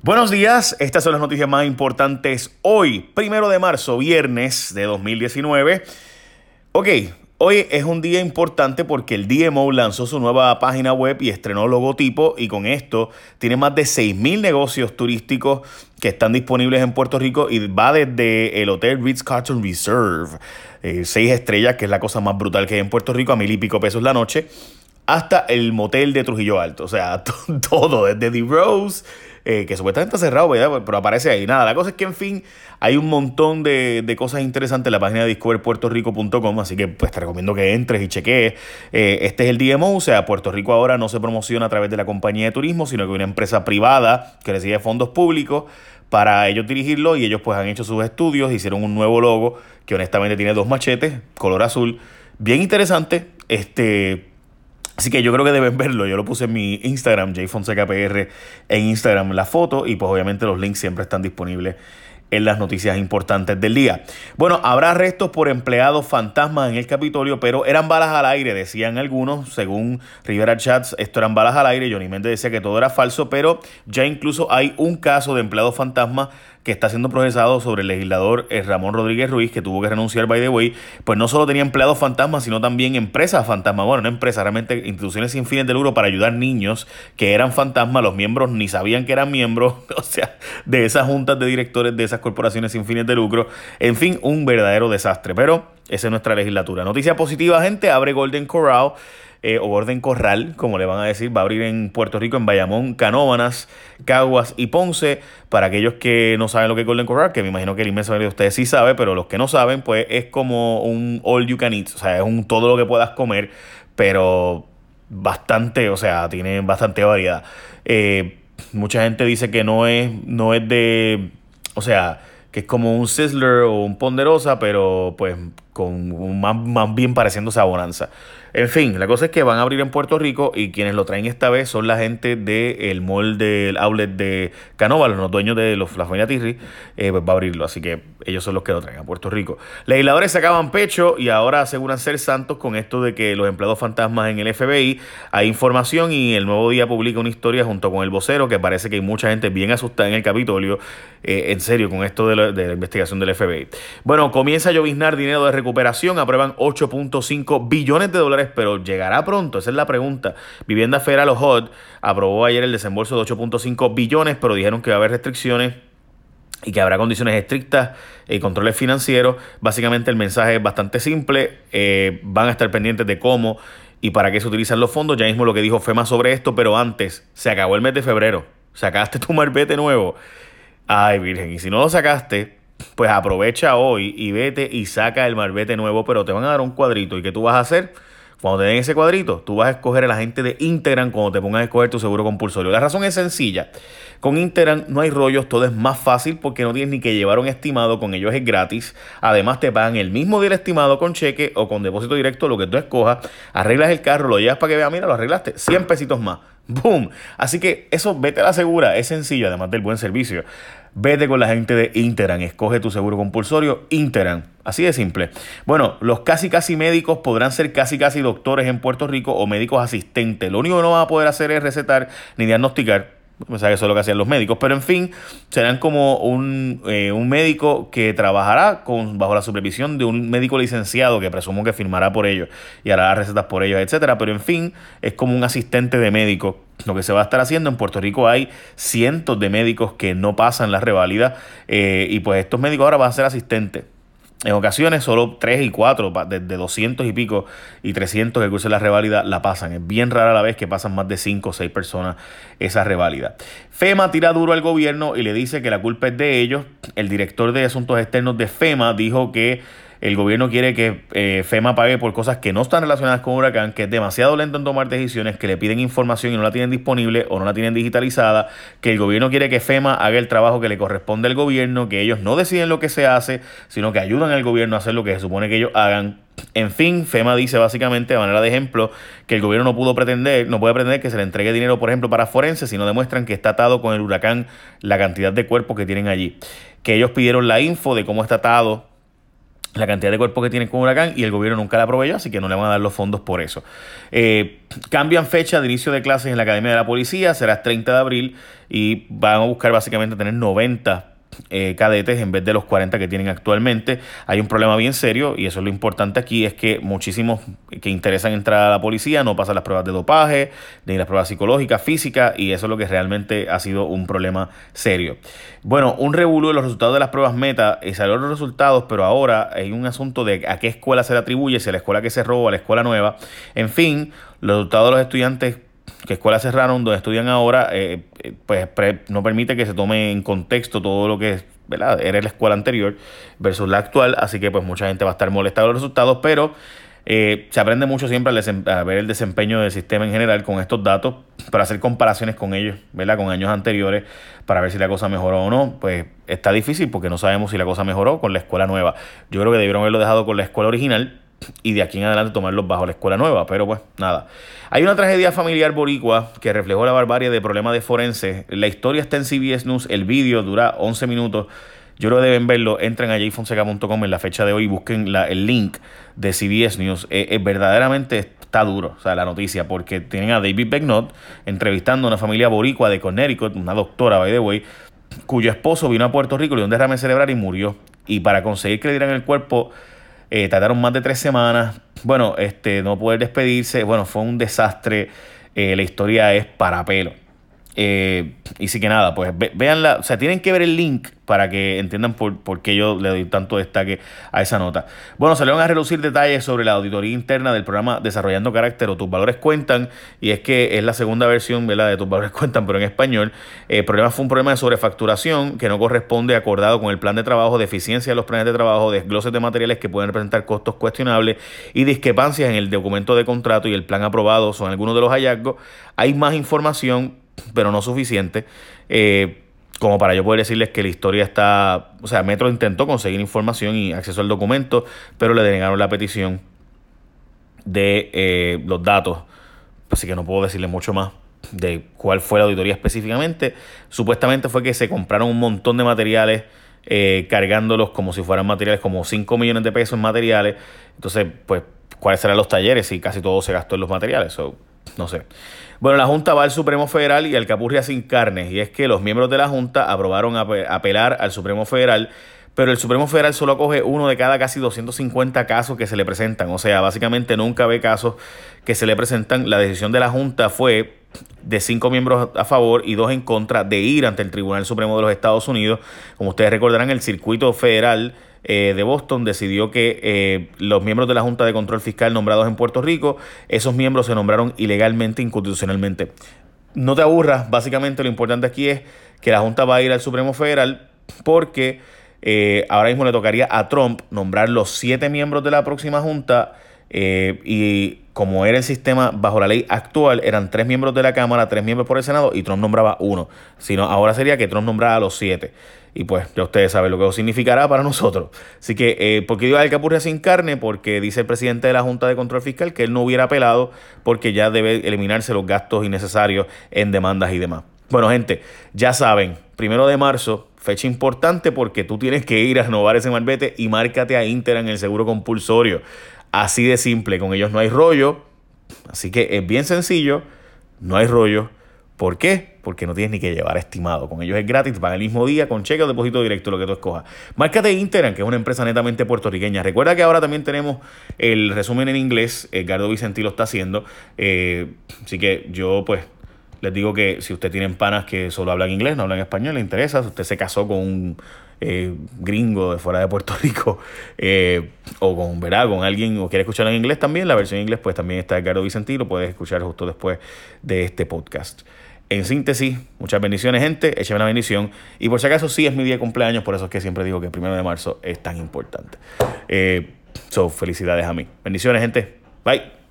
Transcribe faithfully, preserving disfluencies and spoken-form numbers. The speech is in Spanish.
Buenos días, estas son las noticias más importantes hoy, primero de marzo, viernes de dos mil diecinueve. Ok, hoy es un día importante porque el D M O lanzó su nueva página web y estrenó logotipo, y con esto tiene más de seis mil negocios turísticos que están disponibles en Puerto Rico, y va desde el Hotel Ritz-Carlton Reserve, eh, seis estrellas, que es la cosa más brutal que hay en Puerto Rico, a mil y pico pesos la noche, hasta el motel de Trujillo Alto. O sea, todo, desde The Rose, eh, que supuestamente está cerrado, ¿verdad? Pero aparece ahí. Nada, la cosa es que, en fin, hay un montón de, de cosas interesantes en la página de discover puerto rico punto com, así que pues te recomiendo que entres y chequees. Eh, este es el D M O, o sea, Puerto Rico ahora no se promociona a través de la compañía de turismo, sino que una empresa privada que recibe fondos públicos para ellos dirigirlo, y ellos pues han hecho sus estudios, hicieron un nuevo logo que honestamente tiene dos machetes, color azul, bien interesante. Este... Así que yo creo que deben verlo. Yo lo puse en mi Instagram, jfonsecapr, en Instagram, la foto, y pues obviamente los links siempre están disponibles en las noticias importantes del día. Bueno, habrá arrestos por empleados fantasmas en el Capitolio, pero eran balas al aire, decían algunos. Según Rivera Chats, esto eran balas al aire. Johnny Méndez decía que todo era falso, pero ya incluso hay un caso de empleados fantasmas que está siendo procesado sobre el legislador eh, Ramón Rodríguez Ruiz, que tuvo que renunciar, by the way. Pues no solo tenía empleados fantasmas, sino también empresas fantasmas. Bueno, no empresas, realmente instituciones sin fines de lucro para ayudar niños que eran fantasmas. Los miembros ni sabían que eran miembros, o sea, de esas juntas de directores de esas corporaciones sin fines de lucro. En fin, un verdadero desastre. Pero esa es nuestra legislatura. Noticia positiva, gente: abre Golden Corral. Eh, o Golden Corral, como le van a decir. Va a abrir en Puerto Rico, en Bayamón, Canóvanas, Caguas y Ponce. Para aquellos que no saben lo que es Golden Corral, que me imagino que el inmenso mayoría de ustedes sí sabe, pero los que no saben, pues es como un all you can eat. O sea, es un todo lo que puedas comer, pero bastante, o sea, tiene bastante variedad. Eh, mucha gente dice que no es, no es de, o sea, que es como un Sizzler o un Ponderosa, pero pues con un, más, más bien pareciéndose a Bonanza. En fin, la cosa es que van a abrir en Puerto Rico, y quienes lo traen esta vez son la gente del mall del outlet de Canova, los dueños de los, la familia Tirri, eh, pues va a abrirlo, así que ellos son los que lo traen a Puerto Rico. Legisladores sacaban pecho y ahora aseguran ser santos con esto de que los empleados fantasmas en el F B I. Hay información, y el Nuevo Día publica una historia junto con El Vocero, que parece que hay mucha gente bien asustada en el Capitolio, eh, en serio, con esto de la, de la investigación del F B I. Bueno, comienza a lloviznar dinero de recuperación, aprueban ocho punto cinco billones de dólares, pero ¿llegará pronto? Esa es la pregunta. Vivienda Federal, o H U D, aprobó ayer el desembolso de ocho punto cinco billones, pero dijeron que va a haber restricciones y que habrá condiciones estrictas y controles financieros. Básicamente el mensaje es bastante simple. Eh, van a estar pendientes de cómo y para qué se utilizan los fondos. Ya mismo lo que dijo FEMA sobre esto, pero antes, se acabó el mes de febrero. ¿Sacaste tu marbete nuevo? Ay, virgen, y si no lo sacaste, pues aprovecha hoy y vete y saca el marbete nuevo, pero te van a dar un cuadrito. ¿Y qué tú vas a hacer? Cuando te den ese cuadrito, tú vas a escoger a la gente de Integran cuando te pongas a escoger tu seguro compulsorio. La razón es sencilla. Con Integran no hay rollos, todo es más fácil porque no tienes ni que llevar un estimado, con ellos es gratis. Además te pagan el mismo día el estimado con cheque o con depósito directo, lo que tú escojas. Arreglas el carro, lo llevas para que veas, mira, lo arreglaste, cien pesitos más. ¡Boom! Así que eso, vete a la segura, es sencillo, además del buen servicio. Vete con la gente de Integran, escoge tu seguro compulsorio, Integran, así de simple. Bueno, los casi casi médicos podrán ser casi casi doctores en Puerto Rico o médicos asistentes. Lo único que no van a poder hacer es recetar ni diagnosticar. O sea, que eso es lo que hacían los médicos, pero en fin, serán como un, eh, un médico que trabajará con, bajo la supervisión de un médico licenciado, que presumo que firmará por ellos y hará las recetas por ellos, etcétera. Pero en fin, es como un asistente de médico lo que se va a estar haciendo. En Puerto Rico hay cientos de médicos que no pasan la reválida, eh, y pues estos médicos ahora van a ser asistentes. En ocasiones solo tres y cuatro, de, de doscientos y pico y trescientos que cursan la reválida, la pasan. Es bien rara la vez que pasan más de cinco o seis personas esa reválida. FEMA tira duro al gobierno y le dice que la culpa es de ellos. El director de Asuntos Externos de FEMA dijo que el gobierno quiere que eh, FEMA pague por cosas que no están relacionadas con huracán, que es demasiado lento en tomar decisiones, que le piden información y no la tienen disponible o no la tienen digitalizada, que el gobierno quiere que FEMA haga el trabajo que le corresponde al gobierno, que ellos no deciden lo que se hace, sino que ayudan al gobierno a hacer lo que se supone que ellos hagan. En fin, FEMA dice básicamente, de manera de ejemplo, que el gobierno no pudo pretender, no puede pretender que se le entregue dinero, por ejemplo, para forenses, si no demuestran que está atado con el huracán la cantidad de cuerpos que tienen allí. Que ellos pidieron la info de cómo está atado la cantidad de cuerpos que tienen con huracán y el gobierno nunca la proveyó, así que no le van a dar los fondos por eso. Eh, cambian fecha de inicio de clases en la Academia de la Policía, será el treinta de abril y van a buscar básicamente tener noventa Eh, cadetes en vez de los cuarenta que tienen actualmente. Hay un problema bien serio y eso es lo importante aquí, es que muchísimos que interesan entrar a la policía no pasan las pruebas de dopaje ni las pruebas psicológicas, físicas, y eso es lo que realmente ha sido un problema serio. Bueno, un revolú de los resultados de las pruebas meta, y salieron los resultados, pero ahora hay un asunto de a qué escuela se le atribuye, si a la escuela que cerró o a la escuela nueva. En fin, los resultados de los estudiantes que escuelas cerraron donde estudian ahora, eh, pues pre, no permite que se tome en contexto todo lo que ¿verdad? Era la escuela anterior versus la actual, así que pues mucha gente va a estar molesta con los resultados, pero eh, se aprende mucho siempre a ver el desempeño del sistema en general con estos datos, para hacer comparaciones con ellos, ¿verdad? Con años anteriores, para ver si la cosa mejoró o no. Pues está difícil porque no sabemos si la cosa mejoró con la escuela nueva. Yo creo que debieron haberlo dejado con la escuela original y de aquí en adelante tomarlos bajo la escuela nueva, pero pues nada. Hay una tragedia familiar boricua que reflejó la barbarie de problemas de forense. La historia está en C B S News, el vídeo dura once minutos. Yo creo que deben verlo. Entren a jay fonseca punto com en la fecha de hoy y busquen la, el link de C B S News. Eh, eh, verdaderamente está duro, o sea, la noticia, porque tienen a David Becknott entrevistando a una familia boricua de Connecticut, una doctora, by the way, cuyo esposo vino a Puerto Rico, le dio un derrame cerebral y murió. Y para conseguir que le dieran el cuerpo, Eh, tardaron más de tres semanas. Bueno, este, no poder despedirse. Bueno, fue un desastre. Eh, la historia es para pelo. Eh, y sí que nada, pues ve, véanla. O sea, tienen que ver el link para que entiendan por, por qué yo le doy tanto destaque a esa nota. Bueno, salieron a relucir detalles sobre la auditoría interna del programa Desarrollando Carácter o Tus Valores Cuentan, y es que es la segunda versión, ¿verdad?, de Tus Valores Cuentan, pero en español. El problema fue un problema de sobrefacturación que no corresponde acordado con el plan de trabajo, de eficiencia de los planes de trabajo, desgloses de materiales que pueden representar costos cuestionables y discrepancias en el documento de contrato y el plan aprobado son algunos de los hallazgos. Hay más información, pero no suficiente, eh, como para yo poder decirles que la historia está... O sea, Metro intentó conseguir información y acceso al documento, pero le denegaron la petición de eh, los datos, así que no puedo decirles mucho más de cuál fue la auditoría específicamente. Supuestamente fue que se compraron un montón de materiales, eh, cargándolos como si fueran materiales, como cinco millones de pesos en materiales. Entonces, pues, ¿cuáles serán los talleres si casi todo se gastó en los materiales? So, no sé. Bueno, la Junta va al Supremo Federal y alcapurria sin carne, y es que los miembros de la Junta aprobaron apelar al Supremo Federal, pero el Supremo Federal solo acoge uno de cada casi doscientos cincuenta casos que se le presentan. O sea, básicamente nunca ve casos que se le presentan. La decisión de la Junta fue de cinco miembros a favor y dos en contra de ir ante el Tribunal Supremo de los Estados Unidos. Como ustedes recordarán, el circuito federal eh, de Boston decidió que eh, los miembros de la Junta de Control Fiscal nombrados en Puerto Rico, esos miembros se nombraron ilegalmente, inconstitucionalmente. No te aburras, básicamente lo importante aquí es que la Junta va a ir al Supremo Federal porque eh, ahora mismo le tocaría a Trump nombrar los siete miembros de la próxima Junta. Eh, y como era el sistema bajo la ley actual, eran tres miembros de la Cámara, tres miembros por el Senado y Trump nombraba uno. Sino ahora sería que Trump nombrara a los siete. Y pues ya ustedes saben lo que eso significará para nosotros. Así que, eh, ¿por qué digo alcapurria sin carne? Porque dice el presidente de la Junta de Control Fiscal que él no hubiera apelado porque ya debe eliminarse los gastos innecesarios en demandas y demás. Bueno, gente, ya saben, primero de marzo, fecha importante porque tú tienes que ir a renovar ese malvete y márcate a Intera en el seguro compulsorio. Así de simple, con ellos no hay rollo, así que es bien sencillo, no hay rollo. ¿Por qué? Porque no tienes ni que llevar estimado. Con ellos es gratis, te pagan el mismo día, con cheque o depósito directo, lo que tú escojas. Márcate Interan, que es una empresa netamente puertorriqueña. Recuerda que ahora también tenemos el resumen en inglés, Edgardo Vicentí lo está haciendo, eh, así que yo pues les digo que si usted tiene panas que solo hablan inglés, no hablan español, le interesa, si usted se casó con un eh, gringo de fuera de Puerto Rico eh, o con, ¿verdad? con alguien o quiere escucharlo en inglés también, la versión en inglés pues también está Edgardo Vicentí, lo puedes escuchar justo después de este podcast. En síntesis, muchas bendiciones, gente, échame una bendición. Y por si acaso sí es mi día de cumpleaños, por eso es que siempre digo que el primero de marzo es tan importante. Eh, so, felicidades a mí. Bendiciones, gente. Bye.